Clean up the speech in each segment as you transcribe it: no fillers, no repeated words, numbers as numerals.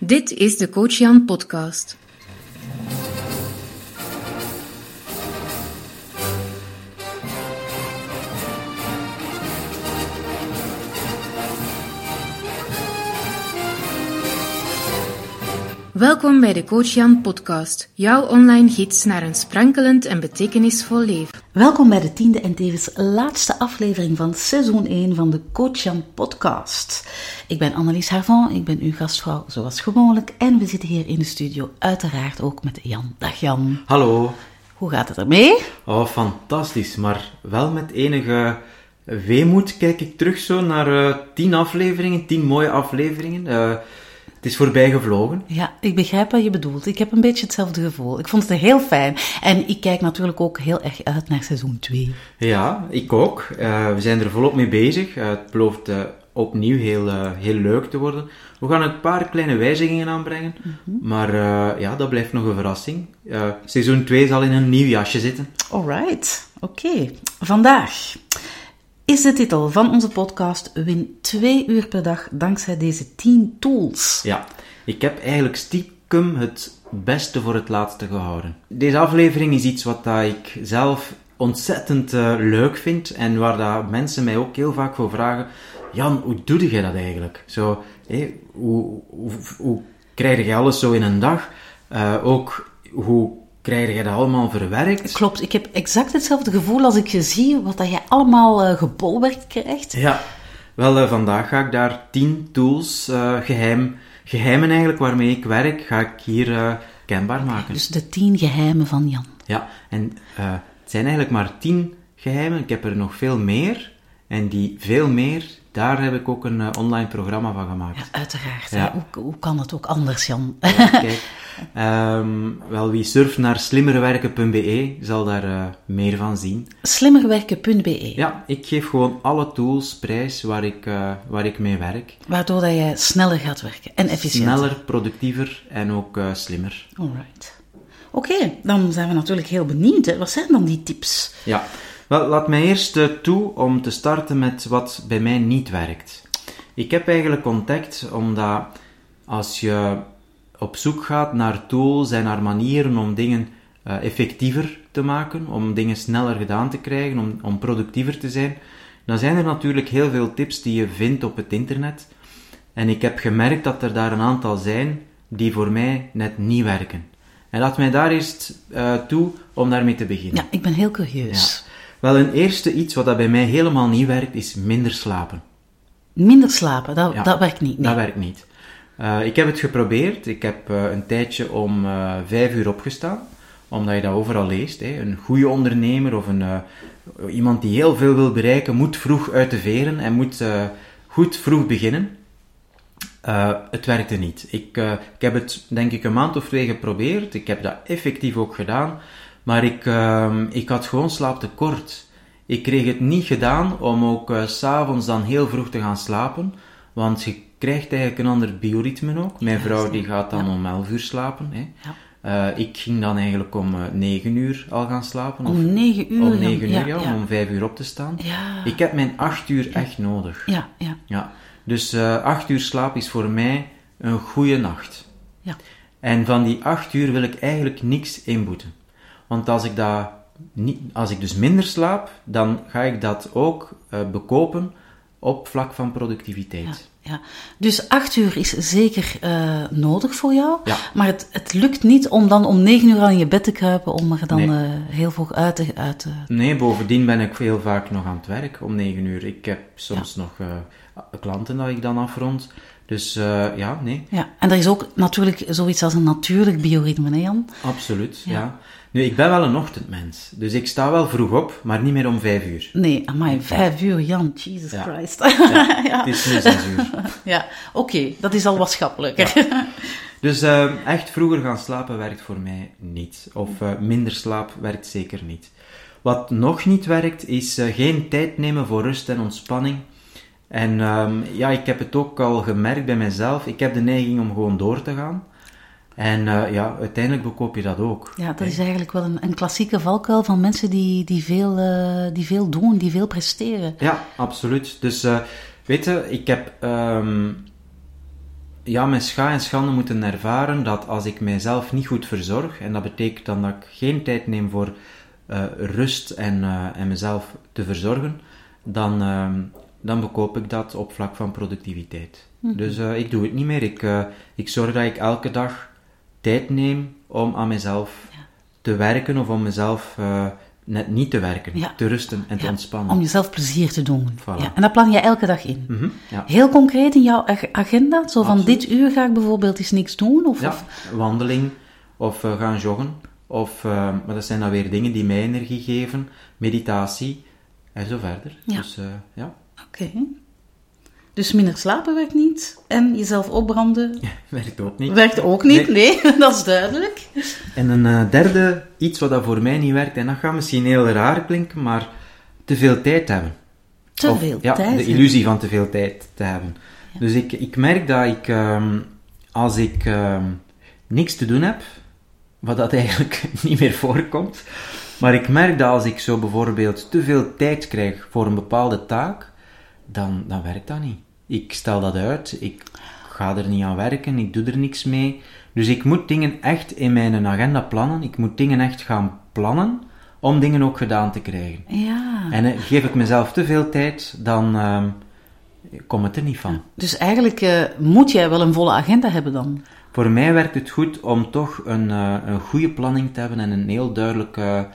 Dit is de Coach Jan podcast. Welkom bij de Coach Jan podcast, jouw online gids naar een sprankelend en betekenisvol leven. Welkom bij de 10e en tevens laatste aflevering van seizoen 1 van de Coach Jan podcast. Ik ben Annelies Harvan, ik ben uw gastvrouw zoals gewoonlijk en we zitten hier in de studio uiteraard ook met Jan. Dag Jan. Hallo. Hoe gaat het ermee? Oh, fantastisch, maar wel met enige weemoed kijk ik terug zo naar 10 afleveringen, 10 mooie afleveringen. Het is voorbij gevlogen. Ja, ik begrijp wat je bedoelt. Ik heb een beetje hetzelfde gevoel. Ik vond het heel fijn. En ik kijk natuurlijk ook heel erg uit naar seizoen 2. Ja, ik ook. We zijn er volop mee bezig. Het belooft opnieuw heel leuk te worden. We gaan een paar kleine wijzigingen aanbrengen. Maar ja, dat blijft nog een verrassing. Seizoen 2 zal in een nieuw jasje zitten. Alright, oké. Vandaag is de titel van onze podcast Win 2 uur per dag dankzij deze 10 tools. Ja, ik heb eigenlijk stiekem het beste voor het laatste gehouden. Deze aflevering is iets wat ik zelf ontzettend leuk vind en waar dat mensen mij ook heel vaak voor vragen: Jan, hoe doe jij dat eigenlijk? Zo, hoe krijg je alles zo in een dag? Ook hoe krijg je dat allemaal verwerkt? Klopt, ik heb exact hetzelfde gevoel als ik je zie, wat dat jij allemaal gebolwerkt krijgt. Ja, wel vandaag ga ik daar 10 tools, geheimen eigenlijk, waarmee ik werk, ga ik hier kenbaar maken. Dus de 10 geheimen van Jan. Ja, en het zijn eigenlijk maar 10 geheimen, ik heb er nog veel meer. En die veel meer, daar heb ik ook een online programma van gemaakt. Ja, uiteraard. Ja. Hoe kan het ook anders, Jan? Ja, kijk, wel, wie surft naar slimmerwerken.be zal daar meer van zien. Slimmerwerken.be. Ja, ik geef gewoon alle tools prijs waar ik mee werk. Waardoor dat jij sneller gaat werken en efficiënter. Sneller, productiever en ook slimmer. Alright. Oké, dan zijn we natuurlijk heel benieuwd. Hè. Wat zijn dan die tips? Ja, wel, laat mij eerst toe om te starten met wat bij mij niet werkt. Ik heb eigenlijk ontdekt, omdat als je op zoek gaat naar tools en naar manieren om dingen effectiever te maken, om dingen sneller gedaan te krijgen, om productiever te zijn, dan zijn er natuurlijk heel veel tips die je vindt op het internet. En ik heb gemerkt dat er daar een aantal zijn die voor mij net niet werken. En laat mij daar eerst toe om daarmee te beginnen. Ja, ik ben heel curieus. Ja. Wel, een eerste iets wat dat bij mij helemaal niet werkt, is minder slapen. Minder slapen, dat werkt niet. Nee. Dat werkt niet. Ik heb het geprobeerd. Ik heb een tijdje om 5 uur opgestaan, omdat je dat overal leest. Hè. Een goede ondernemer of iemand die heel veel wil bereiken, moet vroeg uit de veren en moet goed vroeg beginnen. Het werkte niet. Ik heb het, denk ik, een maand of 2 geprobeerd. Ik heb dat effectief ook gedaan. Maar ik had gewoon slaaptekort. Ik kreeg het niet gedaan om ook 's avonds dan heel vroeg te gaan slapen. Want je krijgt eigenlijk een ander bioritme ook. Mijn vrouw die gaat dan om 11 uur slapen. Hè. Ja. Ik ging dan eigenlijk om 9 uur al gaan slapen. Om 9 uur? Om 9 uur, om 5 uur op te staan. Ja. Ik heb mijn 8 uur echt nodig. Ja. Dus 8 uur slaap is voor mij een goede nacht. Ja. En van die 8 uur wil ik eigenlijk niks inboeten. Want als ik dus minder slaap, dan ga ik dat ook bekopen op vlak van productiviteit. Ja. Dus 8 uur is zeker nodig voor jou, ja. Maar het lukt niet om dan om 9 uur al in je bed te kruipen om er dan heel vroeg uit te... Nee, bovendien ben ik heel vaak nog aan het werk om 9 uur. Ik heb soms nog klanten dat ik dan afrond. Dus nee. Ja, en er is ook natuurlijk zoiets als een natuurlijk bioritme, hè Jan? Absoluut, ja. Nu, ik ben wel een ochtendmens, dus ik sta wel vroeg op, maar niet meer om 5 uur. Nee, amai, 5 uur, Jan, Jesus Christ. Ja, het is nu 6 uur. Ja, oké, dat is al wat schappelijker. Ja. Dus echt vroeger gaan slapen werkt voor mij niet. Of minder slaap werkt zeker niet. Wat nog niet werkt, is geen tijd nemen voor rust en ontspanning. En ik heb het ook al gemerkt bij mezelf. Ik heb de neiging om gewoon door te gaan. En uiteindelijk bekoop je dat ook. Ja, dat is eigenlijk wel een klassieke valkuil van mensen die veel doen, die veel presteren. Ja, absoluut. Dus weet je, ik heb met scha en schande moeten ervaren dat als ik mijzelf niet goed verzorg, en dat betekent dan dat ik geen tijd neem voor rust en mezelf te verzorgen, dan bekoop ik dat op vlak van productiviteit. Dus ik doe het niet meer. Ik zorg dat ik elke dag tijd neem om aan mezelf te werken of om mezelf net niet te werken, te rusten en te ontspannen. Om jezelf plezier te doen. Voilà. Ja, en dat plan je elke dag in. Ja. Heel concreet in jouw agenda? Zo van Absoluut. dit uur ga ik bijvoorbeeld eens niks doen? Of Wandeling of gaan joggen. Maar dat zijn dan weer dingen die mij energie geven. Meditatie en zo verder. Ja. Dus Oké. Dus minder slapen werkt niet. En jezelf opbranden werkt ook niet. werkt ook niet. Nee, dat is duidelijk. En een derde, iets wat dat voor mij niet werkt, en dat gaat misschien heel raar klinken, maar te veel tijd hebben. Te veel tijd de hebben. illusie van te veel tijd te hebben. Ja. Dus ik merk dat ik, als ik niks te doen heb, wat dat eigenlijk niet meer voorkomt, maar ik merk dat als ik zo bijvoorbeeld te veel tijd krijg voor een bepaalde taak, dan werkt dat niet. Ik stel dat uit, ik ga er niet aan werken, ik doe er niks mee. Dus ik moet dingen echt in mijn agenda plannen, ik moet dingen echt gaan plannen, om dingen ook gedaan te krijgen. Ja. En geef ik mezelf te veel tijd, dan komt het er niet van. Ja. Dus eigenlijk moet jij wel een volle agenda hebben dan? Voor mij werkt het goed om toch een goede planning te hebben en een heel duidelijke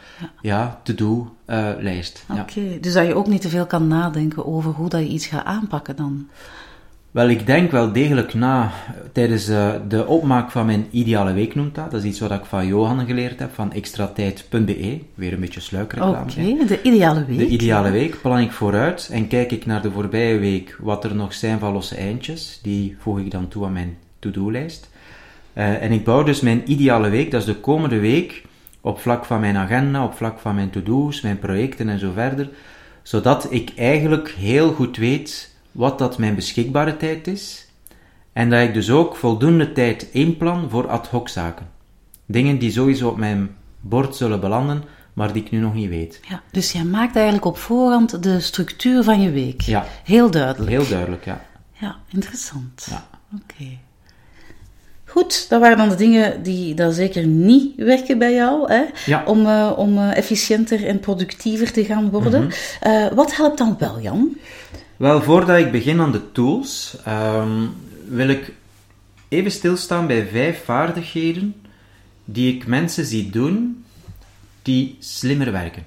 to-do-lijst. Oké, dus dat je ook niet te veel kan nadenken over hoe dat je iets gaat aanpakken dan? Wel, ik denk wel degelijk na tijdens de opmaak van mijn ideale week, noemt dat. Dat is iets wat ik van Johan geleerd heb, van extratijd.be. Weer een beetje sluikreclame. Oké, de ideale week. De ideale week plan ik vooruit en kijk ik naar de voorbije week wat er nog zijn van losse eindjes. Die voeg ik dan toe aan mijn to-do-lijst. En ik bouw dus mijn ideale week, dat is de komende week, op vlak van mijn agenda, op vlak van mijn to-do's, mijn projecten en zo verder, zodat ik eigenlijk heel goed weet wat dat mijn beschikbare tijd is, en dat ik dus ook voldoende tijd inplan voor ad hoc zaken. Dingen die sowieso op mijn bord zullen belanden, maar die ik nu nog niet weet. Ja, dus jij maakt eigenlijk op voorhand de structuur van je week. Ja. Heel duidelijk. Heel duidelijk, ja. Ja, interessant. Ja. Oké. Goed, dat waren dan de dingen die dan zeker niet werken bij jou, hè? Ja. Om efficiënter en productiever te gaan worden. Wat helpt dan wel, Jan? Wel, voordat ik begin aan de tools, wil ik even stilstaan bij 5 vaardigheden die ik mensen zie doen die slimmer werken.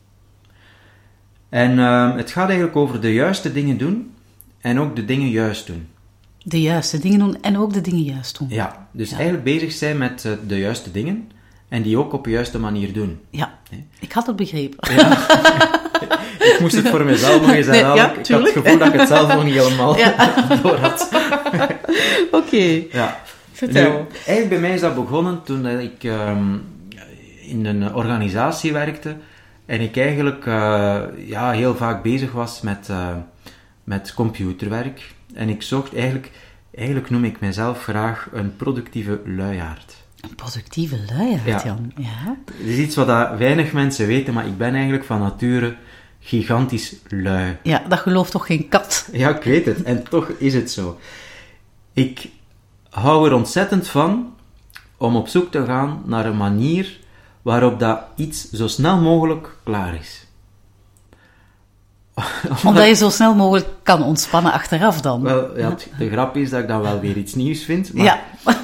En het gaat eigenlijk over de juiste dingen doen en ook de dingen juist doen. De juiste dingen doen en ook de dingen juist doen. Ja, dus eigenlijk bezig zijn met de juiste dingen en die ook op de juiste manier doen. Ja, ik had het begrepen. Ja. Ik moest het voor mezelf nog eens herhalen. Ja, ik had het gevoel dat ik het zelf nog niet helemaal door had. Oké. Ja. Vertel. Nu, eigenlijk bij mij is dat begonnen toen ik in een organisatie werkte en ik eigenlijk heel vaak bezig was met computerwerk. En ik zocht eigenlijk noem ik mezelf graag een productieve luiaard. Een productieve luiaard, Jan. Ja. Het is iets wat weinig mensen weten, maar ik ben eigenlijk van nature gigantisch lui. Ja, dat gelooft toch geen kat? Ja, ik weet het. En toch is het zo. Ik hou er ontzettend van om op zoek te gaan naar een manier waarop dat iets zo snel mogelijk klaar is. Omdat je zo snel mogelijk kan ontspannen achteraf dan. Wel, ja, de grap is dat ik dan wel weer iets nieuws vind. Maar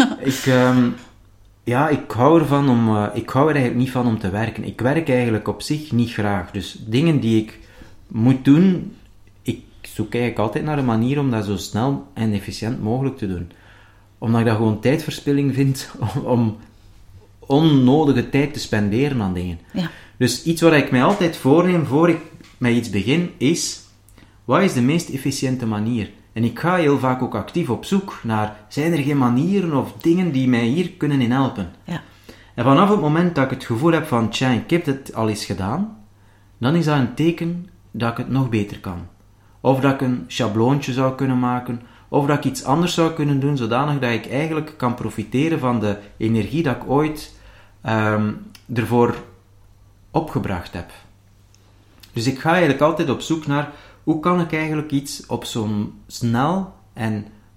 ik hou ik hou er eigenlijk niet van om te werken. Ik werk eigenlijk op zich niet graag. Dus dingen die ik moet doen, ik zoek eigenlijk altijd naar een manier om dat zo snel en efficiënt mogelijk te doen. Omdat ik dat gewoon tijdverspilling vind om onnodige tijd te spenderen aan dingen. Ja. Dus iets wat ik mij altijd voorneem voor ik met iets begin is, wat is de meest efficiënte manier? En ik ga heel vaak ook actief op zoek naar, zijn er geen manieren of dingen die mij hier kunnen in helpen? Ja. En vanaf het moment dat ik het gevoel heb van, tja, ik heb het al eens gedaan, dan is dat een teken dat ik het nog beter kan. Of dat ik een schabloontje zou kunnen maken, of dat ik iets anders zou kunnen doen, zodanig dat ik eigenlijk kan profiteren van de energie dat ik ooit ervoor opgebracht heb. Dus ik ga eigenlijk altijd op zoek naar, hoe kan ik eigenlijk iets op zo'n snel en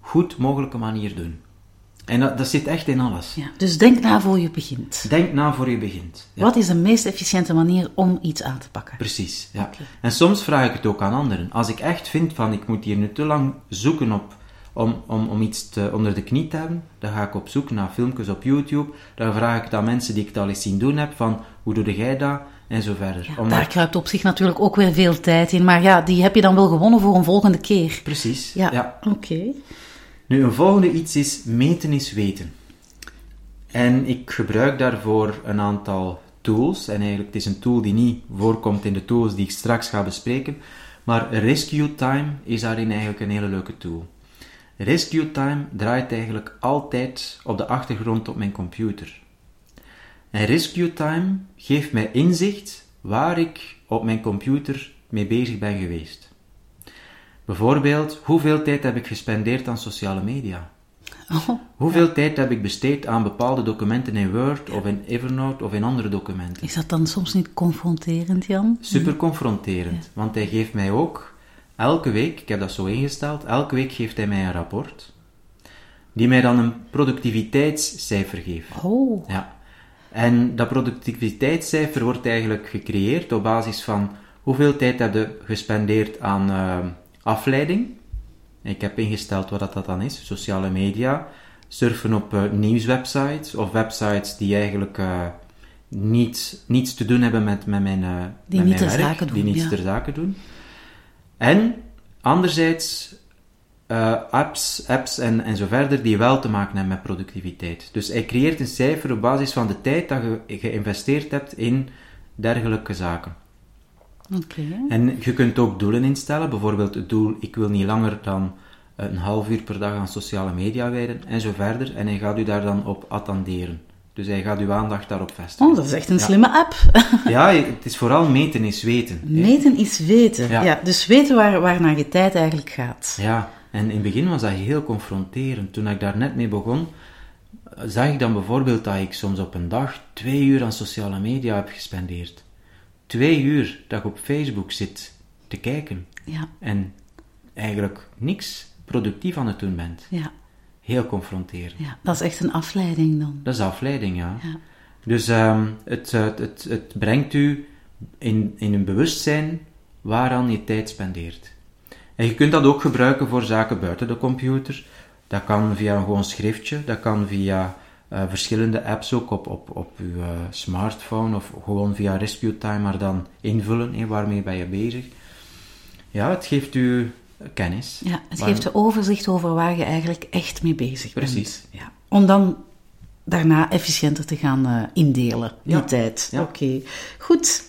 goed mogelijke manier doen. En dat zit echt in alles. Ja, dus denk na voor je begint. Denk na voor je begint. Ja. Wat is de meest efficiënte manier om iets aan te pakken? Precies, ja. Oké. En soms vraag ik het ook aan anderen. Als ik echt vind van, ik moet hier nu te lang zoeken om iets onder de knie te hebben, dan ga ik op zoek naar filmpjes op YouTube. Dan vraag ik het aan mensen die ik het al eens zien doen heb, van, hoe doe jij dat? En zo verder. Ja, daar kruipt op zich natuurlijk ook weer veel tijd in, maar ja, die heb je dan wel gewonnen voor een volgende keer. Precies, Ja. Oké. Nu, een volgende iets is, meten is weten. En ik gebruik daarvoor een aantal tools. En eigenlijk, het is een tool die niet voorkomt in de tools die ik straks ga bespreken. Maar Rescue Time is daarin eigenlijk een hele leuke tool. Rescue Time draait eigenlijk altijd op de achtergrond op mijn computer. En Rescue Time geeft mij inzicht waar ik op mijn computer mee bezig ben geweest. Bijvoorbeeld, hoeveel tijd heb ik gespendeerd aan sociale media? Hoeveel tijd heb ik besteed aan bepaalde documenten in Word of in Evernote of in andere documenten? Is dat dan soms niet confronterend, Jan? Super confronterend, want hij geeft mij ook elke week, ik heb dat zo ingesteld, elke week geeft hij mij een rapport, die mij dan een productiviteitscijfer geeft. Oh. Ja. En dat productiviteitscijfer wordt eigenlijk gecreëerd op basis van hoeveel tijd heb je gespendeerd aan afleiding. Ik heb ingesteld wat dat dan is, sociale media, surfen op nieuwswebsites of websites die eigenlijk niets te doen hebben met mijn die niet ter zake doen. Die niets ter zake doen. En anderzijds apps en zo verder die wel te maken hebben met productiviteit. Dus hij creëert een cijfer op basis van de tijd dat je geïnvesteerd hebt in dergelijke zaken. Okay. En je kunt ook doelen instellen, bijvoorbeeld het doel, ik wil niet langer dan een half uur per dag aan sociale media wijden, en zo verder, en hij gaat u daar dan op attenderen. Dus hij gaat uw aandacht daarop vestigen. Oh, dat is echt een slimme app. Ja, het is vooral meten is weten. Meten is weten. Ja, dus weten waar naar je tijd eigenlijk gaat. Ja, en in het begin was dat heel confronterend. Toen ik daar net mee begon, zag ik dan bijvoorbeeld dat ik soms op een dag 2 uur aan sociale media heb gespendeerd. 2 uur dat ik op Facebook zit te kijken. Ja. En eigenlijk niks productief aan het doen bent. Ja. Heel confronterend. Ja, dat is echt een afleiding dan. Dat is afleiding, ja. Dus het brengt u in een bewustzijn waaraan je tijd spendeert. En je kunt dat ook gebruiken voor zaken buiten de computer. Dat kan via een gewoon schriftje, dat kan via verschillende apps ook op uw smartphone of gewoon via Rescue Time, maar dan invullen, waarmee ben je bezig. Ja, het geeft u kennis. Ja, het geeft je overzicht over waar je eigenlijk echt mee bezig bent. Precies. Ja. Om dan daarna efficiënter te gaan indelen, die tijd. Ja. Oké. Goed.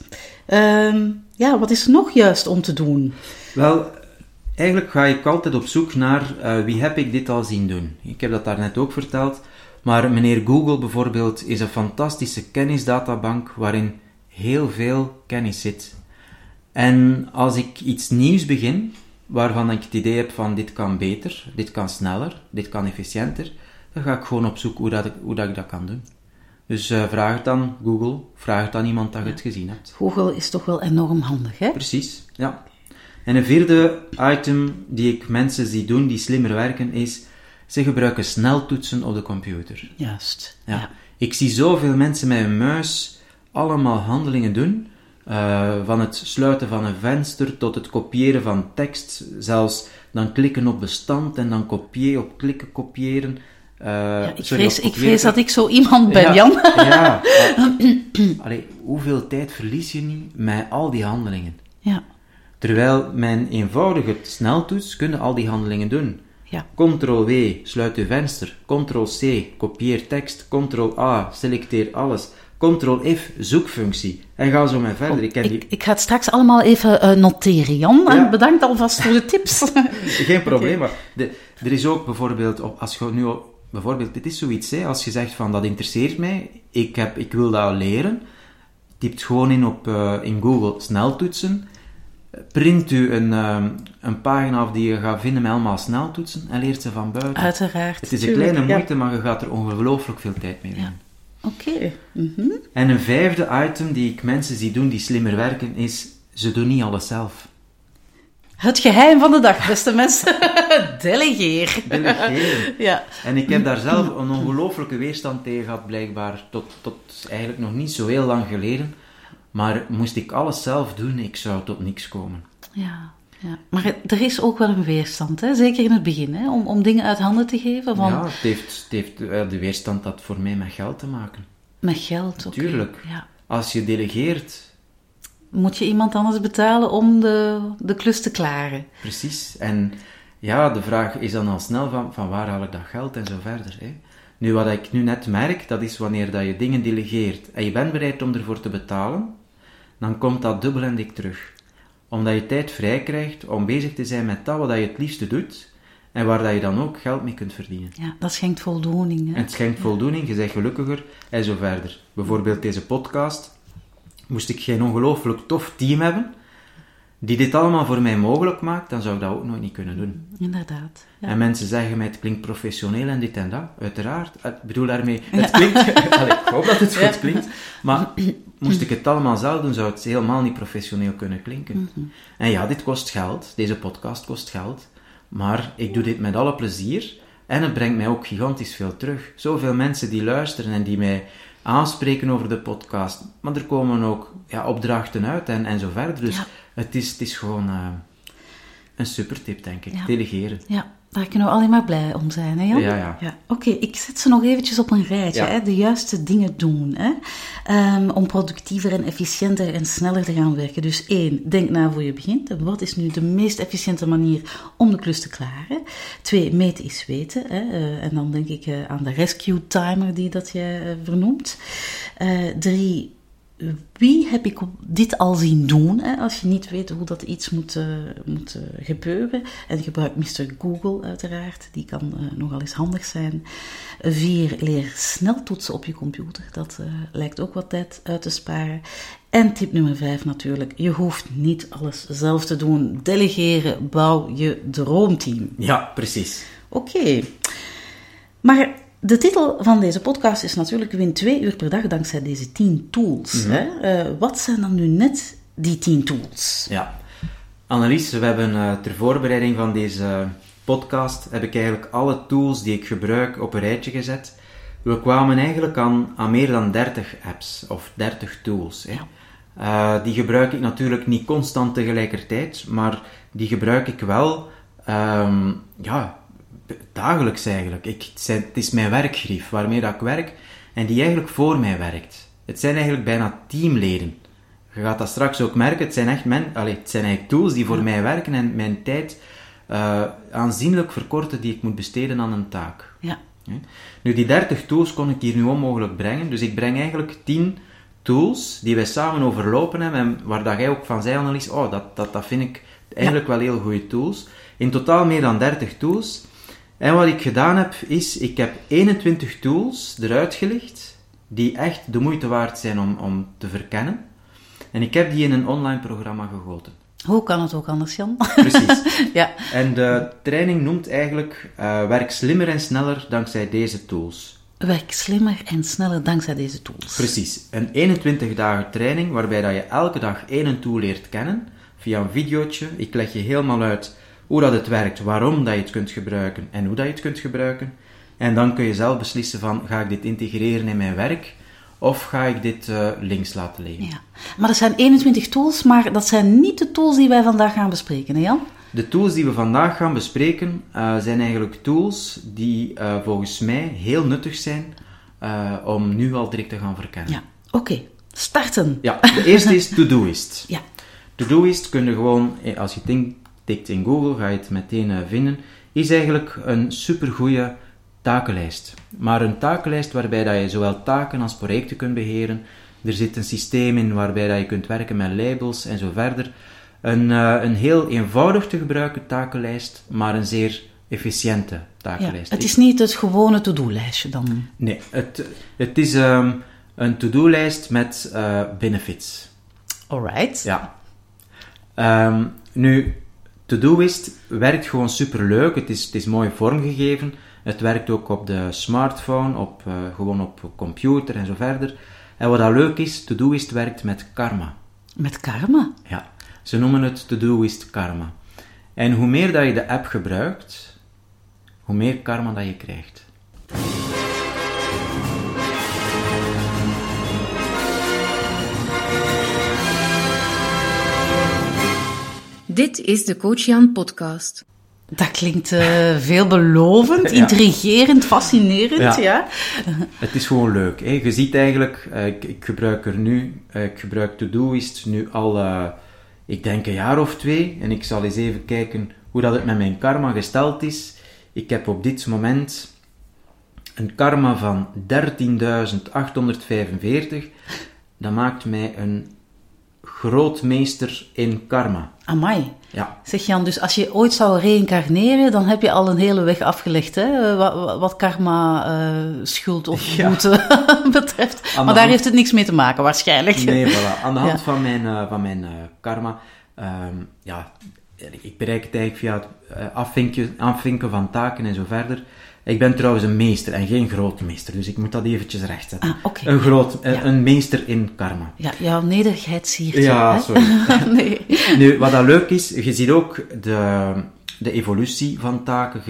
Wat is er nog juist om te doen? Wel, eigenlijk ga ik altijd op zoek naar wie heb ik dit al zien doen. Ik heb dat daarnet ook verteld, maar meneer Google bijvoorbeeld is een fantastische kennisdatabank waarin heel veel kennis zit. En als ik iets nieuws begin, waarvan ik het idee heb van dit kan beter, dit kan sneller, dit kan efficiënter, dan ga ik gewoon op zoek hoe dat ik dat kan doen. Dus vraag het aan Google, vraag het aan iemand dat je het gezien hebt. Google is toch wel enorm handig, hè? Precies, ja. En een vierde item die ik mensen zie doen, die slimmer werken, is ze gebruiken sneltoetsen op de computer. Juist, ja. Ik zie zoveel mensen met een muis allemaal handelingen doen, van het sluiten van een venster tot het kopiëren van tekst, zelfs dan klikken op bestand en dan klikken kopiëren. Ik vrees dat ik zo iemand ben, Jan. Ja, hoeveel tijd verlies je niet met al die handelingen? Ja. Terwijl mijn eenvoudige sneltoets kunnen al die handelingen doen. Ja. Ctrl-W, sluit uw venster. Ctrl-C, kopieer tekst. Ctrl-A, selecteer alles. Ctrl-F, zoekfunctie. En ga zo maar verder. Ik ga het straks allemaal even noteren, Jan. Ja. En bedankt alvast voor de tips. Geen probleem. Maar er is ook bijvoorbeeld, als je nu bijvoorbeeld, dit is zoiets, hè, als je zegt van dat interesseert mij, ik wil dat leren, typt gewoon in Google sneltoetsen, print u een pagina af die je gaat vinden met allemaal sneltoetsen en leert ze van buiten. Uiteraard. Het is een kleine moeite, maar je gaat er ongelooflijk veel tijd mee doen. Ja. Oké. Mm-hmm. En een vijfde item die ik mensen zie doen die slimmer werken, is ze doen niet alles zelf. Het geheim van de dag, beste mensen. Delegeren. Ja. En ik heb daar zelf een ongelooflijke weerstand tegen gehad, blijkbaar, tot eigenlijk nog niet zo heel lang geleden. Maar moest ik alles zelf doen, ik zou tot niks komen. Ja. Maar er is ook wel een weerstand, hè? Zeker in het begin, hè? Om dingen uit handen te geven. Van... Ja, het heeft de weerstand dat voor mij met geld te maken. Met geld, oké. Tuurlijk. Ja. Als je delegeert... Moet je iemand anders betalen om de klus te klaren. Precies. En ja, de vraag is dan al snel van waar haal ik dat geld en zo verder. Hè? Nu, wat ik nu net merk, dat is wanneer dat je dingen delegeert en je bent bereid om ervoor te betalen, dan komt dat dubbel en dik terug. Omdat je tijd vrij krijgt om bezig te zijn met dat wat je het liefste doet en waar dat je dan ook geld mee kunt verdienen. Ja, dat schenkt voldoening. Hè? En het schenkt voldoening, je bent gelukkiger en zo verder. Bijvoorbeeld deze podcast. Moest ik geen ongelooflijk tof team hebben, die dit allemaal voor mij mogelijk maakt, dan zou ik dat ook nooit niet kunnen doen. Inderdaad. Ja. En mensen zeggen mij, het klinkt professioneel en dit en dat. Uiteraard. Ik bedoel daarmee, het klinkt... Allee, ik hoop dat het goed klinkt. Maar moest ik het allemaal zelf doen, zou het helemaal niet professioneel kunnen klinken. Mm-hmm. En ja, dit kost geld. Deze podcast kost geld. Maar ik doe dit met alle plezier. En het brengt mij ook gigantisch veel terug. Zoveel mensen die luisteren en die mij aanspreken over de podcast. Maar er komen ook opdrachten uit en zo verder. Dus het is gewoon een super tip, denk ik. Ja. Delegeren. Ja, daar kunnen we alleen maar blij om zijn, hè Jan? Ja. Oké, ik zet ze nog eventjes op een rijtje. Hè? De juiste dingen doen. Hè? Om productiever en efficiënter en sneller te gaan werken. Dus 1, denk na voor je begint. Wat is nu de meest efficiënte manier om de klus te klaren? 2, meten is weten. Hè? En dan denk ik aan de rescue timer die dat je vernoemt. 3, wie heb ik dit al zien doen? Hè? Als je niet weet hoe dat iets moet gebeuren. En gebruik Mr. Google uiteraard. Die kan nogal eens handig zijn. 4, leer snel toetsen op je computer. Dat lijkt ook wat tijd uit te sparen. En tip nummer 5 natuurlijk. Je hoeft niet alles zelf te doen. Delegeren, bouw je droomteam. Ja, precies. Oké. Maar... de titel van deze podcast is natuurlijk win 2 uur per dag dankzij deze 10 tools. Mm-hmm. Hè? Wat zijn dan nu net die 10 tools? Ja, Annelies, we hebben ter voorbereiding van deze podcast heb ik eigenlijk alle tools die ik gebruik op een rijtje gezet. We kwamen eigenlijk aan meer dan 30 apps of 30 tools. Hè? Ja. Die gebruik ik natuurlijk niet constant tegelijkertijd, maar die gebruik ik wel dagelijks eigenlijk. Het is mijn werkgrief waarmee dat ik werk en die eigenlijk voor mij werkt. Het zijn eigenlijk bijna teamleden. Je gaat dat straks ook merken. Het zijn eigenlijk tools die voor mij werken en mijn tijd aanzienlijk verkorten die ik moet besteden aan een taak. Ja. Nu, die 30 tools kon ik hier nu onmogelijk brengen. Dus ik breng eigenlijk 10 tools die wij samen overlopen hebben en waar dat jij ook van zei, Annelies, dat vind ik eigenlijk wel heel goede tools. In totaal meer dan 30 tools. En wat ik gedaan heb, is, ik heb 21 tools eruit gelicht, die echt de moeite waard zijn om te verkennen. En ik heb die in een online programma gegoten. Hoe kan het ook anders, Jan? Precies. Ja. En de training noemt eigenlijk werk slimmer en sneller dankzij deze tools. Werk slimmer en sneller dankzij deze tools. Precies. Een 21 dagen training, waarbij dat je elke dag 1 tool leert kennen, via een videootje. Ik leg je helemaal uit hoe dat het werkt, waarom dat je het kunt gebruiken en hoe dat je het kunt gebruiken. En dan kun je zelf beslissen van, ga ik dit integreren in mijn werk of ga ik dit links laten liggen. Ja. Maar dat zijn 21 tools, maar dat zijn niet de tools die wij vandaag gaan bespreken, hè Jan? De tools die we vandaag gaan bespreken zijn eigenlijk tools die volgens mij heel nuttig zijn om nu al direct te gaan verkennen. Ja, oké. Starten. Ja, de eerste is Todoist. Ja. Todoist kun je gewoon, als je tikt in Google, ga je het meteen vinden, is eigenlijk een supergoeie takenlijst. Maar een takenlijst waarbij dat je zowel taken als projecten kunt beheren. Er zit een systeem in waarbij dat je kunt werken met labels en zo verder. Een heel eenvoudig te gebruiken takenlijst, maar een zeer efficiënte takenlijst. Ja, het is niet het gewone to-do-lijstje dan? Nee, het is een to-do-lijst met benefits. Alright. Ja. Nu, Todoist werkt gewoon superleuk. Het is mooi vormgegeven. Het werkt ook op de smartphone, gewoon op computer en zo verder. En wat dat leuk is, Todoist werkt met karma. Met karma? Ja. Ze noemen het Todoist Karma. En hoe meer dat je de app gebruikt, hoe meer karma dat je krijgt. Dit is de Coach Jan podcast. Dat klinkt veelbelovend, intrigerend, fascinerend, ja. Het is gewoon leuk. Hè. Je ziet eigenlijk, ik gebruik Todoist nu al, ik denk een jaar of 2. En ik zal eens even kijken hoe dat het met mijn karma gesteld is. Ik heb op dit moment een karma van 13.845. Dat maakt mij een grootmeester in karma. Amai. Ja. Zeg Jan, dus als je ooit zou reïncarneren, dan heb je al een hele weg afgelegd, hè? Wat karma, schuld of boete betreft. Maar daar heeft het niks mee te maken, waarschijnlijk. Nee, voilà. Aan de hand van mijn karma, ik bereik het eigenlijk via het afvinken van taken en zo verder. Ik ben trouwens een meester en geen grootmeester, dus ik moet dat eventjes rechtzetten. Okay. Een meester in karma. Ja, jouw nederigheid siert je, ja, hè? Sorry. Nee. Nu, wat dat leuk is, je ziet ook de evolutie van taken.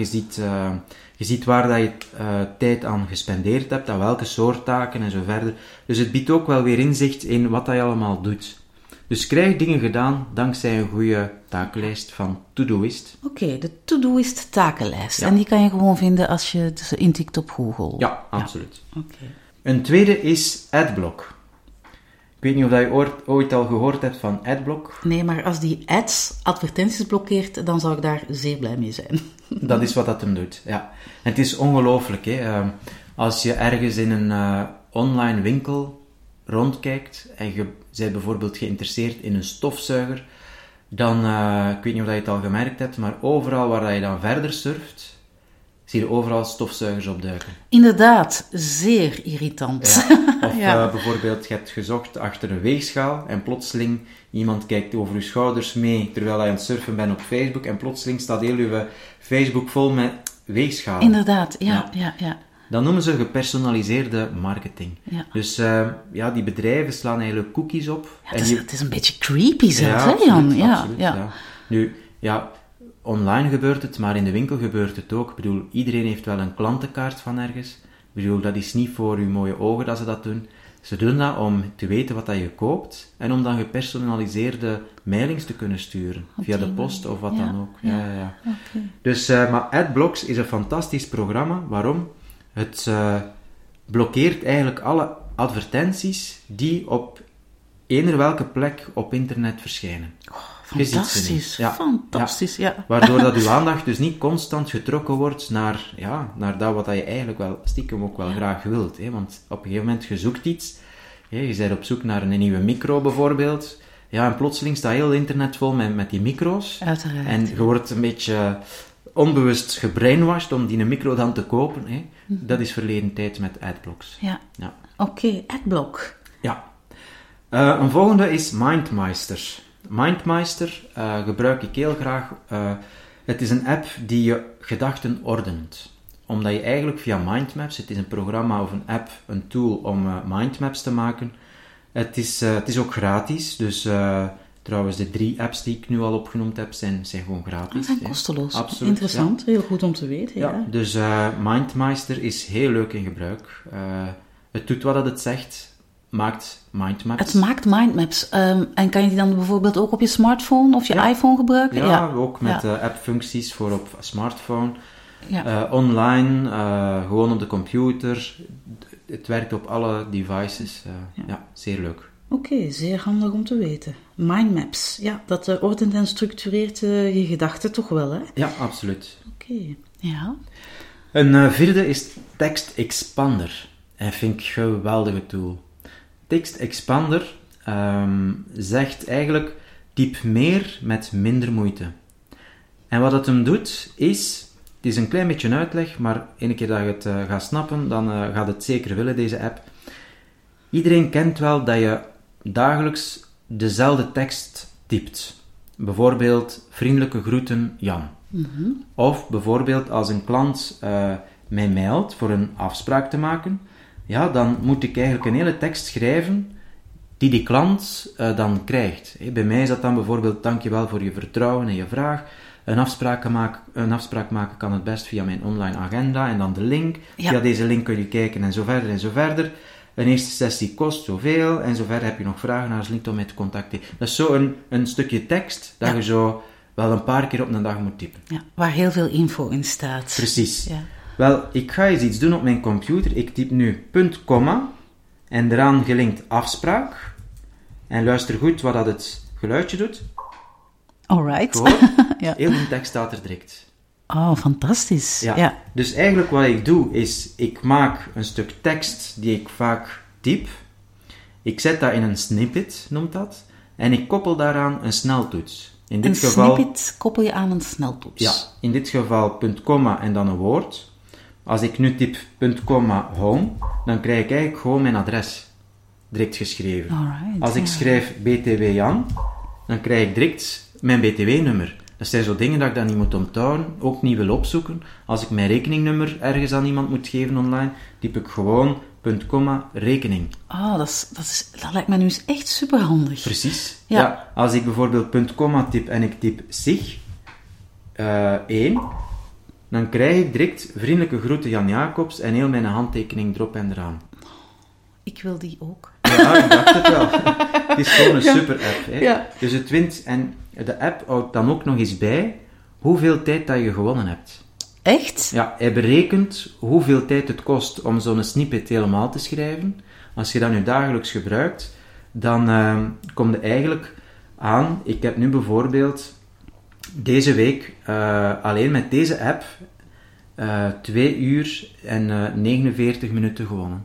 Je ziet waar dat je tijd aan gespendeerd hebt, aan welke soort taken en zo verder. Dus het biedt ook wel weer inzicht in wat dat je allemaal doet. Dus krijg dingen gedaan dankzij een goede takenlijst van Todoist. Oké, de Todoist takenlijst. Ja. En die kan je gewoon vinden als je ze intikt op Google. Ja, absoluut. Ja. Okay. Een tweede is Adblock. Ik weet niet of je ooit al gehoord hebt van Adblock. Nee, maar als die advertenties blokkeert, dan zou ik daar zeer blij mee zijn. Dat is wat dat hem doet, ja. En het is ongelooflijk, hè. Als je ergens in een online winkel rondkijkt en je bent bijvoorbeeld geïnteresseerd in een stofzuiger, dan, ik weet niet of je het al gemerkt hebt, maar overal waar je dan verder surft, zie je overal stofzuigers opduiken. Inderdaad, zeer irritant. Ja. Of bijvoorbeeld, je hebt gezocht achter een weegschaal en plotseling iemand kijkt over je schouders mee terwijl je aan het surfen bent op Facebook en plotseling staat heel je Facebook vol met weegschalen. Inderdaad, ja. Dat noemen ze gepersonaliseerde marketing. Ja. Dus die bedrijven slaan eigenlijk cookies op. Ja, het is een beetje creepy zelfs, hè Jan? Absoluut, Ja, absoluut, ja. Ja. Nu, online gebeurt het, maar in de winkel gebeurt het ook. Ik bedoel, iedereen heeft wel een klantenkaart van ergens. Ik bedoel, dat is niet voor uw mooie ogen dat ze dat doen. Ze doen dat om te weten wat dat je koopt en om dan gepersonaliseerde mailings te kunnen sturen. Via de post of wat dan ook. Ja. Okay. Dus, maar AdBlocks is een fantastisch programma. Waarom? Het blokkeert eigenlijk alle advertenties die op eender welke plek op internet verschijnen. Fantastisch, fantastisch, ja. Waardoor dat uw aandacht dus niet constant getrokken wordt naar dat wat je eigenlijk wel stiekem ook wel graag wilt. Hè? Want op een gegeven moment, je zoekt iets, je bent op zoek naar een nieuwe micro bijvoorbeeld, en plotseling staat heel internet vol met die micro's. Uiteraard. En je wordt een beetje onbewust gebrainwashed om die micro dan te kopen. Hè? Mm-hmm. Dat is verleden tijd met Adblocks. Ja. Oké, Adblock. Ja. Een volgende is MindMeister. MindMeister gebruik ik heel graag. Het is een app die je gedachten ordent. Omdat je eigenlijk via Mindmaps, het is een programma of een app, een tool om mindmaps te maken. Het is ook gratis, dus trouwens de 3 apps die ik nu al opgenoemd heb, zijn gewoon gratis. Zijn kosteloos. Absoluut, interessant, heel goed om te weten. Ja. Dus MindMeister is heel leuk in gebruik. Het doet wat het zegt. Maakt mindmaps. Het maakt mindmaps. En kan je die dan bijvoorbeeld ook op je smartphone of je iPhone gebruiken? Ja, ook met appfuncties voor op smartphone. Ja. Online, gewoon op de computer. Het werkt op alle devices. Zeer leuk. Oké, zeer handig om te weten. Mindmaps, dat ordent en structureert je gedachten toch wel, hè? Ja, absoluut. Oké, ja. Een vierde is Text Expander. En vind ik een geweldige tool. Text Expander zegt eigenlijk typ meer met minder moeite. En wat het hem doet is, het is een klein beetje een uitleg, maar een keer dat je het gaat snappen, dan gaat het zeker willen, deze app. Iedereen kent wel dat je dagelijks dezelfde tekst typt. Bijvoorbeeld, vriendelijke groeten Jan. Mm-hmm. Of bijvoorbeeld als een klant mij mailt voor een afspraak te maken, dan moet ik eigenlijk een hele tekst schrijven die die klant dan krijgt. Bij mij is dat dan bijvoorbeeld dankjewel voor je vertrouwen en je vraag. Een afspraak maken kan het best via mijn online agenda en dan de link. Via deze link kun je kijken en zo verder en zo verder. Een eerste sessie kost zoveel en zo verder. Heb je nog vragen, alsjeblieft om mij te contacteren. Dat is zo een stukje tekst dat je zo wel een paar keer op een dag moet typen. Ja, waar heel veel info in staat. Precies. Ja. Wel, ik ga eens iets doen op mijn computer. Ik typ nu punt, komma en eraan gelinkt afspraak. En luister goed wat dat het geluidje doet. Alright. Ja. Heel die tekst staat er direct. Oh, fantastisch. Ja. Dus eigenlijk wat ik doe, is ik maak een stuk tekst die ik vaak typ. Ik zet dat in een snippet, noemt dat. En ik koppel daaraan een sneltoets. In dit geval, snippet koppel je aan een sneltoets. Ja, in dit geval punt, komma en dan een woord. Als ik nu typ punt, komma home, dan krijg ik eigenlijk gewoon mijn adres direct geschreven. Alright, Als ik schrijf BTW Jan, dan krijg ik direct mijn BTW-nummer. Dat zijn zo dingen dat ik dan niet moet onthouden, ook niet wil opzoeken. Als ik mijn rekeningnummer ergens aan iemand moet geven online, typ ik gewoon punt, komma rekening. Oh, dat lijkt me nu eens echt superhandig. Precies. Ja. Ja, als ik bijvoorbeeld punt, komma typ en ik typ zich 1, dan krijg ik direct vriendelijke groeten Jan Jacobs en heel mijn handtekening erop en eraan. Ik wil die ook. Ja, ik dacht het wel. Het is gewoon een super app. Hè? Ja. Dus het wint, en de app houdt dan ook nog eens bij hoeveel tijd dat je gewonnen hebt. Echt? Ja, hij berekent hoeveel tijd het kost om zo'n snippet helemaal te schrijven. Als je dat nu dagelijks gebruikt, dan kom je eigenlijk aan. Ik heb nu bijvoorbeeld deze week alleen met deze app 2 uur en 49 minuten gewonnen.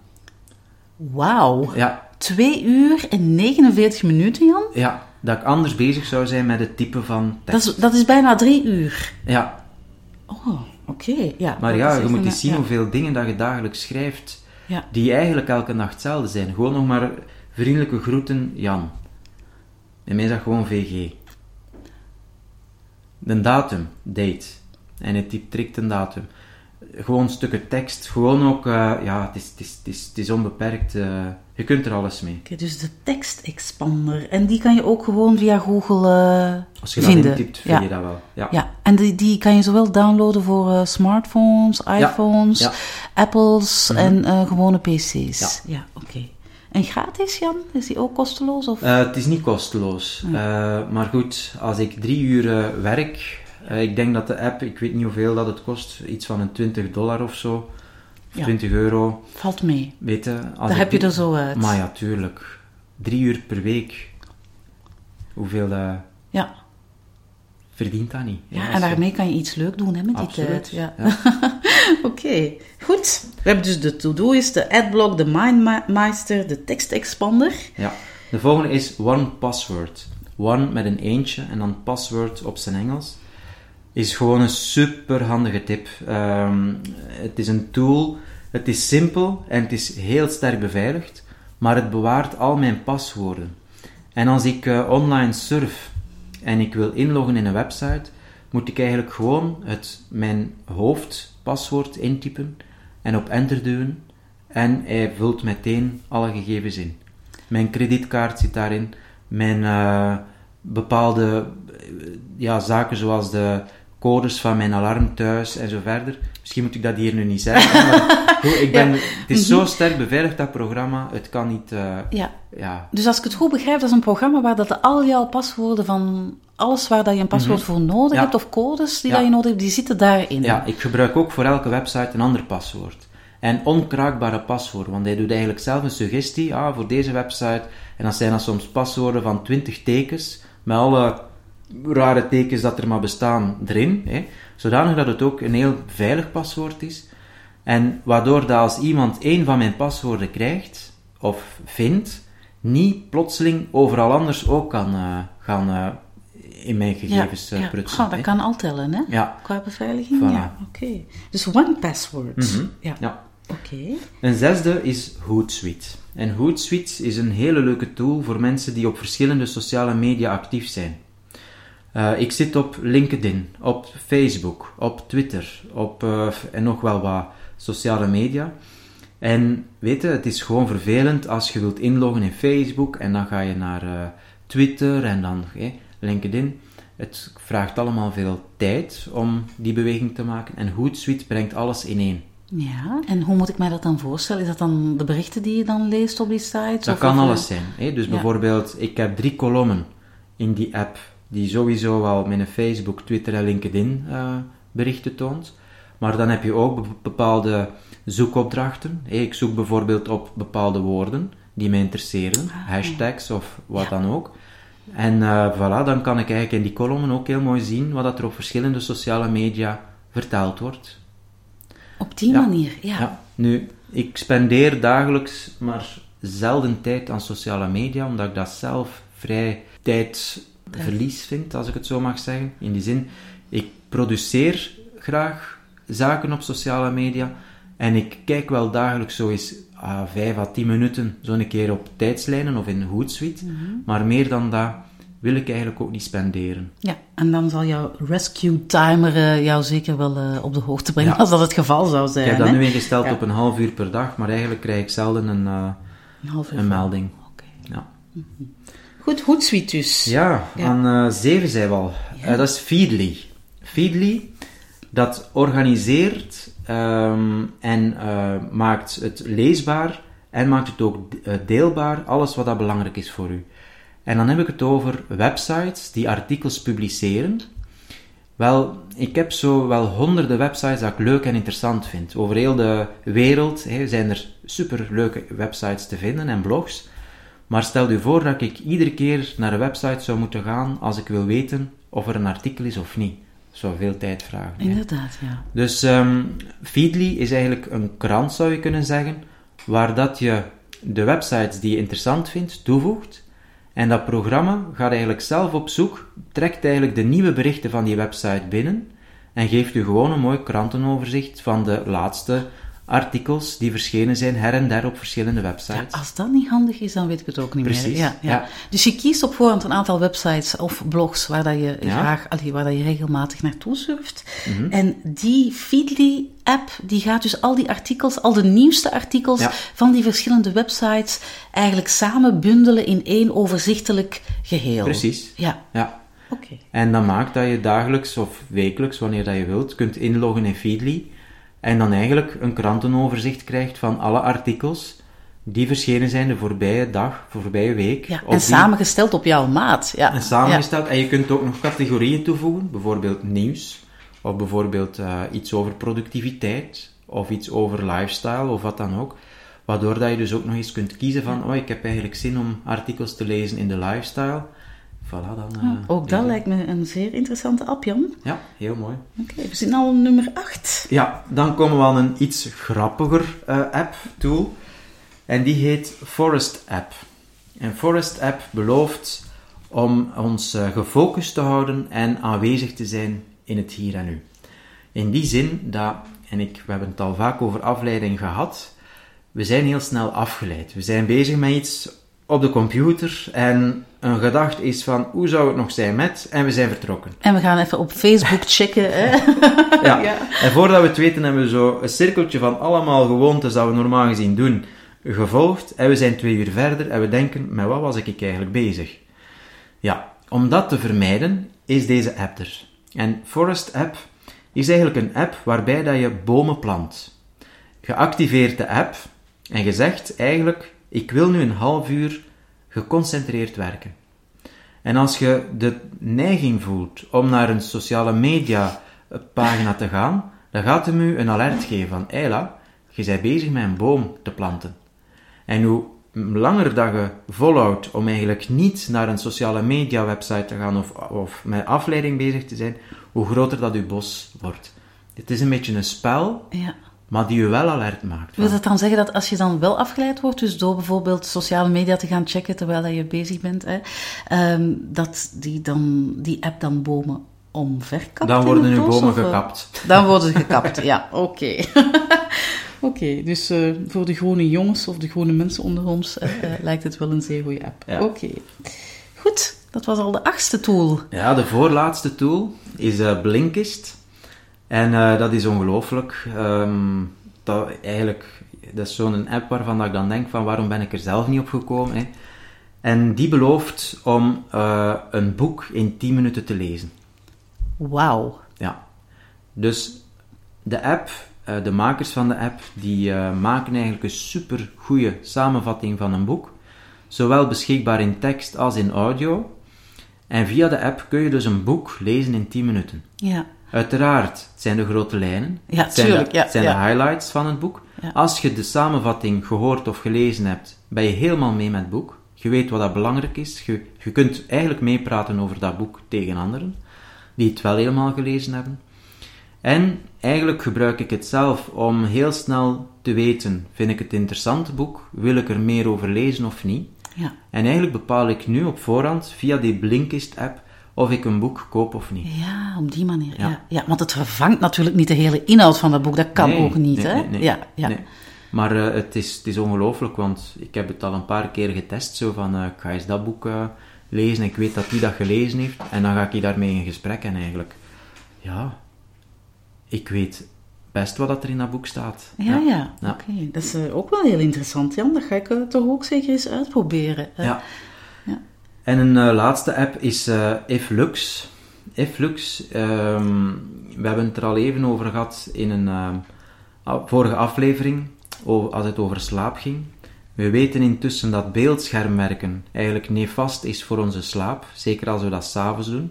Wauw. Ja. 2 uur en 49 minuten, Jan? Ja, dat ik anders bezig zou zijn met het typen van tekst. Dat is bijna 3 uur. Ja. Oh, oké. Ja, Maar ja, je moet eens zien ja. hoeveel dingen dat je dagelijks schrijft, Ja. die eigenlijk elke dag hetzelfde zijn. Gewoon nog maar vriendelijke groeten, Jan. En mij is dat gewoon VG. De datum, date. En het typt direct een datum. Gewoon stukken tekst. Gewoon ook, het is onbeperkt. Je kunt er alles mee. Oké, dus de tekstexpander. En die kan je ook gewoon via Google Als je vinden. dat intypt, vind je dat wel. Ja. Ja, en die kan je zowel downloaden voor smartphones, iPhones, Ja. Apples en gewone PC's. Ja. Oké. En gratis, Jan? Is die ook kosteloos? Of? Het is niet kosteloos. Maar goed, als ik 3 uur werk... ik denk dat de app, ik weet niet hoeveel dat het kost, iets van een $20 of zo. Of €20. Valt mee. Weet je, Daar heb je er zo uit. Maar ja, tuurlijk. 3 uur per week. Hoeveel verdient dat niet? Ja, en daarmee kan je iets leuk doen, hè, met die Absoluut. tijd. Ja. Oké, goed. We hebben dus de to-do's, de adblock, de mindmeister, de tekstexpander. Ja. De volgende is One Password. One met een eentje en dan password op zijn Engels. Is gewoon een super handige tip. Het is een tool, het is simpel en het is heel sterk beveiligd, maar het bewaart al mijn paswoorden. En als ik online surf en ik wil inloggen in een website, moet ik eigenlijk gewoon mijn hoofdpaswoord intypen en op enter duwen en hij vult meteen alle gegevens in. Mijn kredietkaart zit daarin, mijn bepaalde zaken zoals de codes van mijn alarm thuis en zo verder. Misschien moet ik dat hier nu niet zeggen, maar goed, het is zo sterk beveiligd, dat programma, het kan niet... Dus als ik het goed begrijp, dat is een programma waar dat al jouw paswoorden van alles waar dat je een paswoord voor nodig hebt, of codes die dat je nodig hebt, die zitten daarin. Ja, ik gebruik ook voor elke website een ander paswoord. En onkraakbare paswoorden, want hij doet eigenlijk zelf een suggestie, voor deze website, en dan zijn dat soms paswoorden van 20 tekens, met alle rare tekens dat er maar bestaan erin, zodanig dat het ook een heel veilig paswoord is. En waardoor dat als iemand één van mijn paswoorden krijgt, of vindt, niet plotseling overal anders ook kan gaan in mijn gegevens prutsen. Dat kan al tellen, hè? Ja. Qua beveiliging. Voilà. Ja, oké. Dus one password. Ja. Oké. Een zesde is Hootsuite. En Hootsuite is een hele leuke tool voor mensen die op verschillende sociale media actief zijn. Ik zit op LinkedIn, op Facebook, op Twitter, en nog wel wat sociale media. En weet je, het is gewoon vervelend als je wilt inloggen in Facebook en dan ga je naar Twitter en dan LinkedIn. het vraagt allemaal veel tijd om die beweging te maken. En Hootsuite brengt alles in één. Ja, en hoe moet ik mij dat dan voorstellen? Is dat dan de berichten die je dan leest op die sites? Dat kan alles zijn. Hè? Dus bijvoorbeeld, ik heb 3 kolommen in die app die sowieso wel met een Facebook, Twitter en LinkedIn berichten toont. Maar dan heb je ook bepaalde zoekopdrachten. Ik zoek bijvoorbeeld op bepaalde woorden die mij interesseren, hashtags of wat dan ook. En voilà, dan kan ik eigenlijk in die kolommen ook heel mooi zien wat dat er op verschillende sociale media vertaald wordt. Op die manier, ja. Nu, ik spendeer dagelijks maar zelden tijd aan sociale media, omdat ik dat zelf vrij tijdverlies vind, als ik het zo mag zeggen. In die zin, ik produceer graag zaken op sociale media en ik kijk wel dagelijks zo eens 5 à 10 minuten zo een keer op tijdslijnen of in Hootsuite, maar meer dan dat wil ik eigenlijk ook niet spenderen. Ja, en dan zal jouw rescue timer jou zeker wel op de hoogte brengen, als dat het geval zou zijn. Ik heb dat nu ingesteld op een half uur per dag, maar eigenlijk krijg ik zelden een melding. Okay. Ja. Goed, Hootsuite dus. Ja, aan 7 zijn we al. Dat is Feedly. Feedly, dat organiseert en maakt het leesbaar en maakt het ook deelbaar, alles wat dat belangrijk is voor u. En dan heb ik het over websites die artikels publiceren. Wel, ik heb zo wel honderden websites dat ik leuk en interessant vind. Over heel de wereld zijn er superleuke websites te vinden en blogs. Maar stel u voor dat ik iedere keer naar een website zou moeten gaan als ik wil weten of er een artikel is of niet. Dat zou veel tijd vragen. Inderdaad, ja. Dus Feedly is eigenlijk een krant, zou je kunnen zeggen, waar dat je de websites die je interessant vindt toevoegt. En dat programma gaat eigenlijk zelf op zoek, trekt eigenlijk de nieuwe berichten van die website binnen en geeft u gewoon een mooi krantenoverzicht van de laatste artikels die verschenen zijn her en der op verschillende websites. Ja, als dat niet handig is, dan weet ik het ook niet Precies, meer. Ja. Dus je kiest op voorhand een aantal websites of blogs waar dat je waar dat je regelmatig naartoe surft. Mm-hmm. En die Feedly-app, die gaat dus al die artikels, al de nieuwste artikels van die verschillende websites eigenlijk samen bundelen in één overzichtelijk geheel. Precies. Ja. Okay. En dat maakt dat je dagelijks of wekelijks, wanneer dat je wilt, kunt inloggen in Feedly en dan eigenlijk een krantenoverzicht krijgt van alle artikels die verschenen zijn de voorbije dag, voorbije week. Ja, en samengesteld op jouw maat. Ja. En samengesteld. En je kunt ook nog categorieën toevoegen, bijvoorbeeld nieuws, of bijvoorbeeld iets over productiviteit, of iets over lifestyle, of wat dan ook. Waardoor dat je dus ook nog eens kunt kiezen van, ik heb eigenlijk zin om artikels te lezen in de lifestyle. Voilà, dan... ook dat lijkt me een zeer interessante app, Jan. Ja, heel mooi. Oké, we zitten al op nummer 8. Ja, dan komen we aan een iets grappiger app-tool. En die heet Forest App. En Forest App belooft om ons gefocust te houden en aanwezig te zijn in het hier en nu. In die zin dat, we hebben het al vaak over afleiding gehad, we zijn heel snel afgeleid. We zijn bezig met iets op de computer en een gedachte is van, hoe zou het nog zijn met? En we zijn vertrokken. En we gaan even op Facebook checken. Hè? Ja, en voordat we het weten hebben we zo een cirkeltje van allemaal gewoontes dat we normaal gezien doen, gevolgd. En we zijn 2 uur verder en we denken, met wat was ik eigenlijk bezig? Ja, om dat te vermijden is deze app er. En Forest App is eigenlijk een app waarbij dat je bomen plant. Je activeert de app en je zegt eigenlijk, ik wil nu een half uur geconcentreerd werken. En als je de neiging voelt om naar een sociale media pagina te gaan, dan gaat hem u een alert geven van, Eila, je bent bezig met een boom te planten. En hoe langer dat je volhoudt om eigenlijk niet naar een sociale media website te gaan of met afleiding bezig te zijn, hoe groter dat je bos wordt. Het is een beetje een spel, maar die je wel alert maakt. Wil dat dan zeggen dat als je dan wel afgeleid wordt, dus door bijvoorbeeld sociale media te gaan checken terwijl je bezig bent, dat die app dan bomen omverkapt? Dan worden uw bomen gekapt. Dan worden ze gekapt, ja, oké. Oké, dus voor de gewone jongens of de gewone mensen onder ons lijkt het wel een zeer goede app. Ja. Oké. Goed, dat was al de 8e tool. Ja, de voorlaatste tool is Blinkist. En dat is ongelooflijk. Dat is zo'n app waarvan ik dan denk van waarom ben ik er zelf niet op gekomen. Hè? En die belooft om een boek in 10 minuten te lezen. Wauw. Ja. Dus de app, de makers van de app, die maken eigenlijk een super goede samenvatting van een boek. Zowel beschikbaar in tekst als in audio. En via de app kun je dus een boek lezen in 10 minuten. Ja. Uiteraard, het zijn de grote lijnen. Ja, het zijn, tuurlijk. het zijn de highlights van het boek. Ja. Als je de samenvatting gehoord of gelezen hebt, ben je helemaal mee met het boek. Je weet wat dat belangrijk is. Je kunt eigenlijk meepraten over dat boek tegen anderen, die het wel helemaal gelezen hebben. En eigenlijk gebruik ik het zelf om heel snel te weten, vind ik het een interessant boek, wil ik er meer over lezen of niet. Ja. En eigenlijk bepaal ik nu op voorhand, via die Blinkist-app, of ik een boek koop of niet. Ja, op die manier. Ja. Ja. Ja, want het vervangt natuurlijk niet de hele inhoud van dat boek. Dat kan ook niet, hè? Nee. Ja, ja. Nee. Maar het is ongelooflijk, want ik heb het al een paar keer getest, zo van, ik ga eens dat boek lezen, ik weet dat die dat gelezen heeft, en dan ga ik daarmee in gesprek, en eigenlijk, ja, ik weet best wat er in dat boek staat. Ja. Oké. Dat is ook wel heel interessant, Jan. Dat ga ik toch ook zeker eens uitproberen. Ja. Ja. En een laatste app is Iflux. Iflux, we hebben het er al even over gehad in een vorige aflevering, als het over slaap ging. We weten intussen dat beeldschermwerken eigenlijk nefast is voor onze slaap, zeker als we dat 's avonds doen,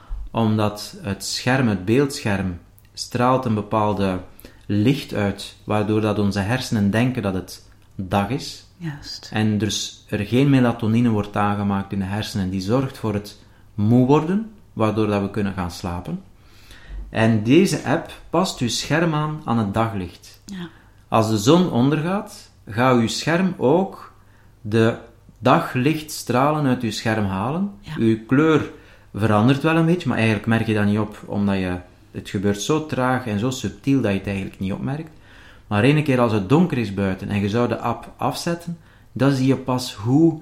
omdat het beeldscherm, straalt een bepaalde licht uit, waardoor dat onze hersenen denken dat het dag is. Juist. En dus er geen melatonine wordt aangemaakt in de hersenen, die zorgt voor het moe worden, waardoor dat we kunnen gaan slapen. En deze app past uw scherm aan het daglicht. Ja. Als de zon ondergaat, gaat uw scherm ook de daglichtstralen uit uw scherm halen. Ja. Uw kleur verandert wel een beetje, maar eigenlijk merk je dat niet op, omdat het gebeurt zo traag en zo subtiel dat je het eigenlijk niet opmerkt. Maar één keer als het donker is buiten en je zou de app afzetten, dan zie je pas hoe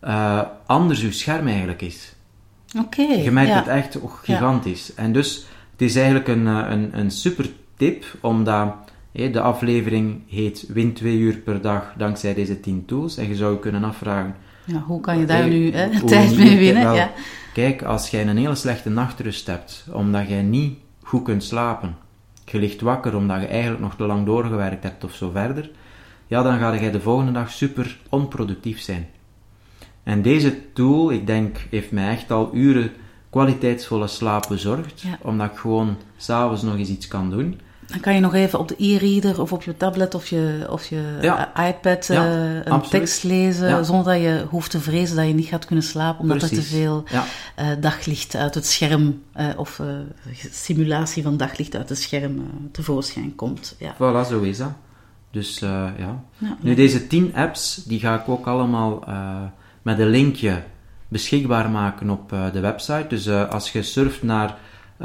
anders uw scherm eigenlijk is. Oké. Je merkt het echt gigantisch. En dus, het is eigenlijk een super tip, omdat de aflevering heet Win 2 uur per dag dankzij deze 10 tools. En je zou je kunnen afvragen, Ja, hoe kan je daar nu hoe tijd niet? mee winnen? Wel, Ja. Kijk, als jij een hele slechte nachtrust hebt, omdat jij niet goed kunt slapen, je ligt wakker omdat je eigenlijk nog te lang doorgewerkt hebt of zo verder, ja, dan ga je de volgende dag super onproductief zijn. En deze tool, ik denk, heeft mij echt al uren kwaliteitsvolle slaap bezorgd, omdat ik gewoon 's avonds nog eens iets kan doen. Dan kan je nog even op de e-reader of op je tablet of je iPad een absoluut. tekst lezen, zonder dat je hoeft te vrezen dat je niet gaat kunnen slapen, omdat er te veel daglicht uit het scherm of simulatie van daglicht uit het scherm tevoorschijn komt. Ja. Voilà, zo is dat. Dus nu, deze 10 apps, die ga ik ook allemaal met een linkje beschikbaar maken op de website. Dus als je surft naar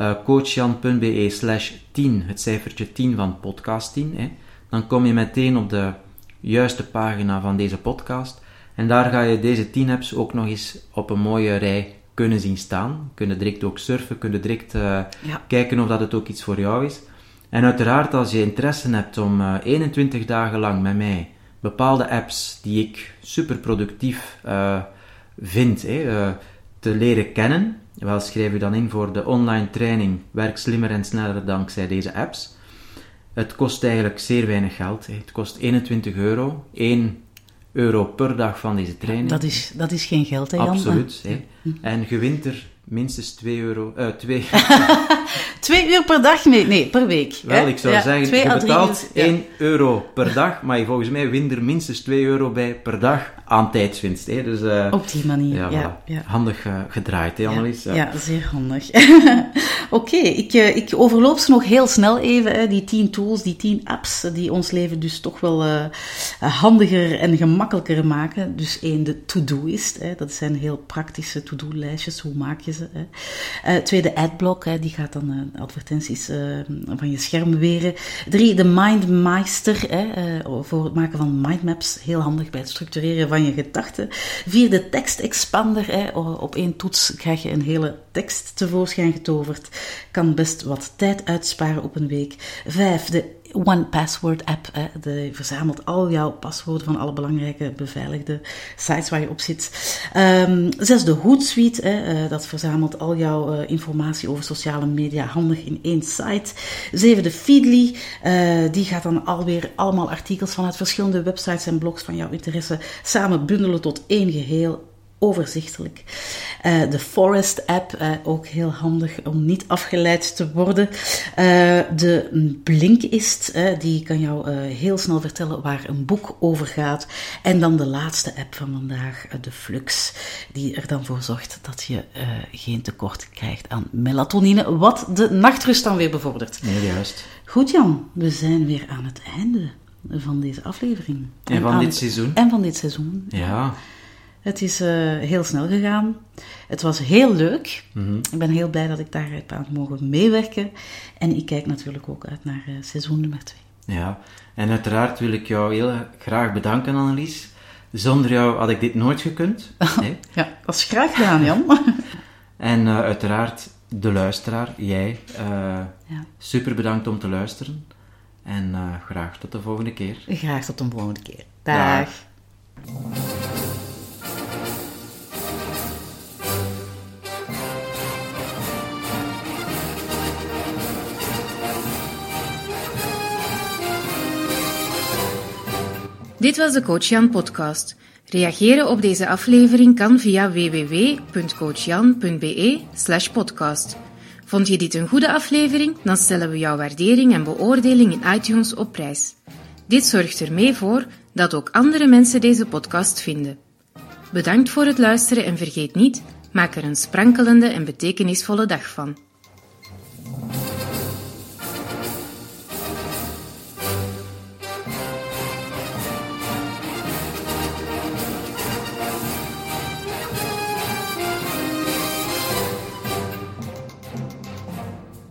coachjan.be/10, het cijfertje 10 van podcast 10, dan kom je meteen op de juiste pagina van deze podcast. En daar ga je deze 10 apps ook nog eens op een mooie rij kunnen zien staan. Kunnen direct ook surfen, kunnen direct kijken of dat het ook iets voor jou is. En uiteraard, als je interesse hebt om 21 dagen lang met mij bepaalde apps die ik super productief vind te leren kennen, wel, schrijf je dan in voor de online training Werk slimmer en sneller dankzij deze apps. Het kost eigenlijk zeer weinig geld. Het kost €21. €1 per dag van deze training. Dat is geen geld, hè, Jan? Absoluut. En je wint er minstens €2. 2 uur per dag? Nee, per week. Wel, ik zou zeggen, je betaalt €1 per dag, maar volgens mij wint er minstens €2 bij per dag aan tijdswinst. Dus, op die manier, ja. Handig gedraaid, Annelies? Ja, zeer handig. Oké, ik overloop ze nog heel snel even, die 10 tools, die 10 apps, die ons leven dus toch wel handiger en gemakkelijker maken. Dus 1, de to-doist, dat zijn heel praktische to-do-lijstjes, hoe maak je ze? 2, de adblock, die gaat dan advertenties van je scherm beweren. 3, de mindmeister, voor het maken van mindmaps, heel handig bij het structureren van je gedachten. 4, de tekstexpander, op 1 toets krijg je een hele tekst tevoorschijn getoverd. Kan best wat tijd uitsparen op een week. 5, de OnePassword app. Die verzamelt al jouw paswoorden van alle belangrijke beveiligde sites waar je op zit. 6, de Hootsuite. Dat verzamelt al jouw informatie over sociale media handig in één site. 7, de Feedly. Die gaat dan alweer allemaal artikels vanuit verschillende websites en blogs van jouw interesse samen bundelen tot één geheel. Overzichtelijk. De Forest app, ook heel handig om niet afgeleid te worden. De Blinkist, die kan jou heel snel vertellen waar een boek over gaat. En dan de laatste app van vandaag, de Flux, die er dan voor zorgt dat je geen tekort krijgt aan melatonine, wat de nachtrust dan weer bevordert. Nee, juist. Goed Jan, we zijn weer aan het einde van deze aflevering. En van dit seizoen. En van dit seizoen. Ja. Het is heel snel gegaan. Het was heel leuk. Mm-hmm. Ik ben heel blij dat ik daar heb aan mogen meewerken. En ik kijk natuurlijk ook uit naar seizoen nummer 2. Ja, en uiteraard wil ik jou heel graag bedanken, Annelies. Zonder jou had ik dit nooit gekund. Nee? Ja, dat is graag gedaan, Jan. En uiteraard de luisteraar, jij. Super bedankt om te luisteren. En graag tot de volgende keer. Graag tot de volgende keer. Dag. Dit was de Coach Jan podcast. Reageren op deze aflevering kan via www.coachjan.be/podcast. Vond je dit een goede aflevering? Dan stellen we jouw waardering en beoordeling in iTunes op prijs. Dit zorgt er mee voor dat ook andere mensen deze podcast vinden. Bedankt voor het luisteren en vergeet niet, maak er een sprankelende en betekenisvolle dag van.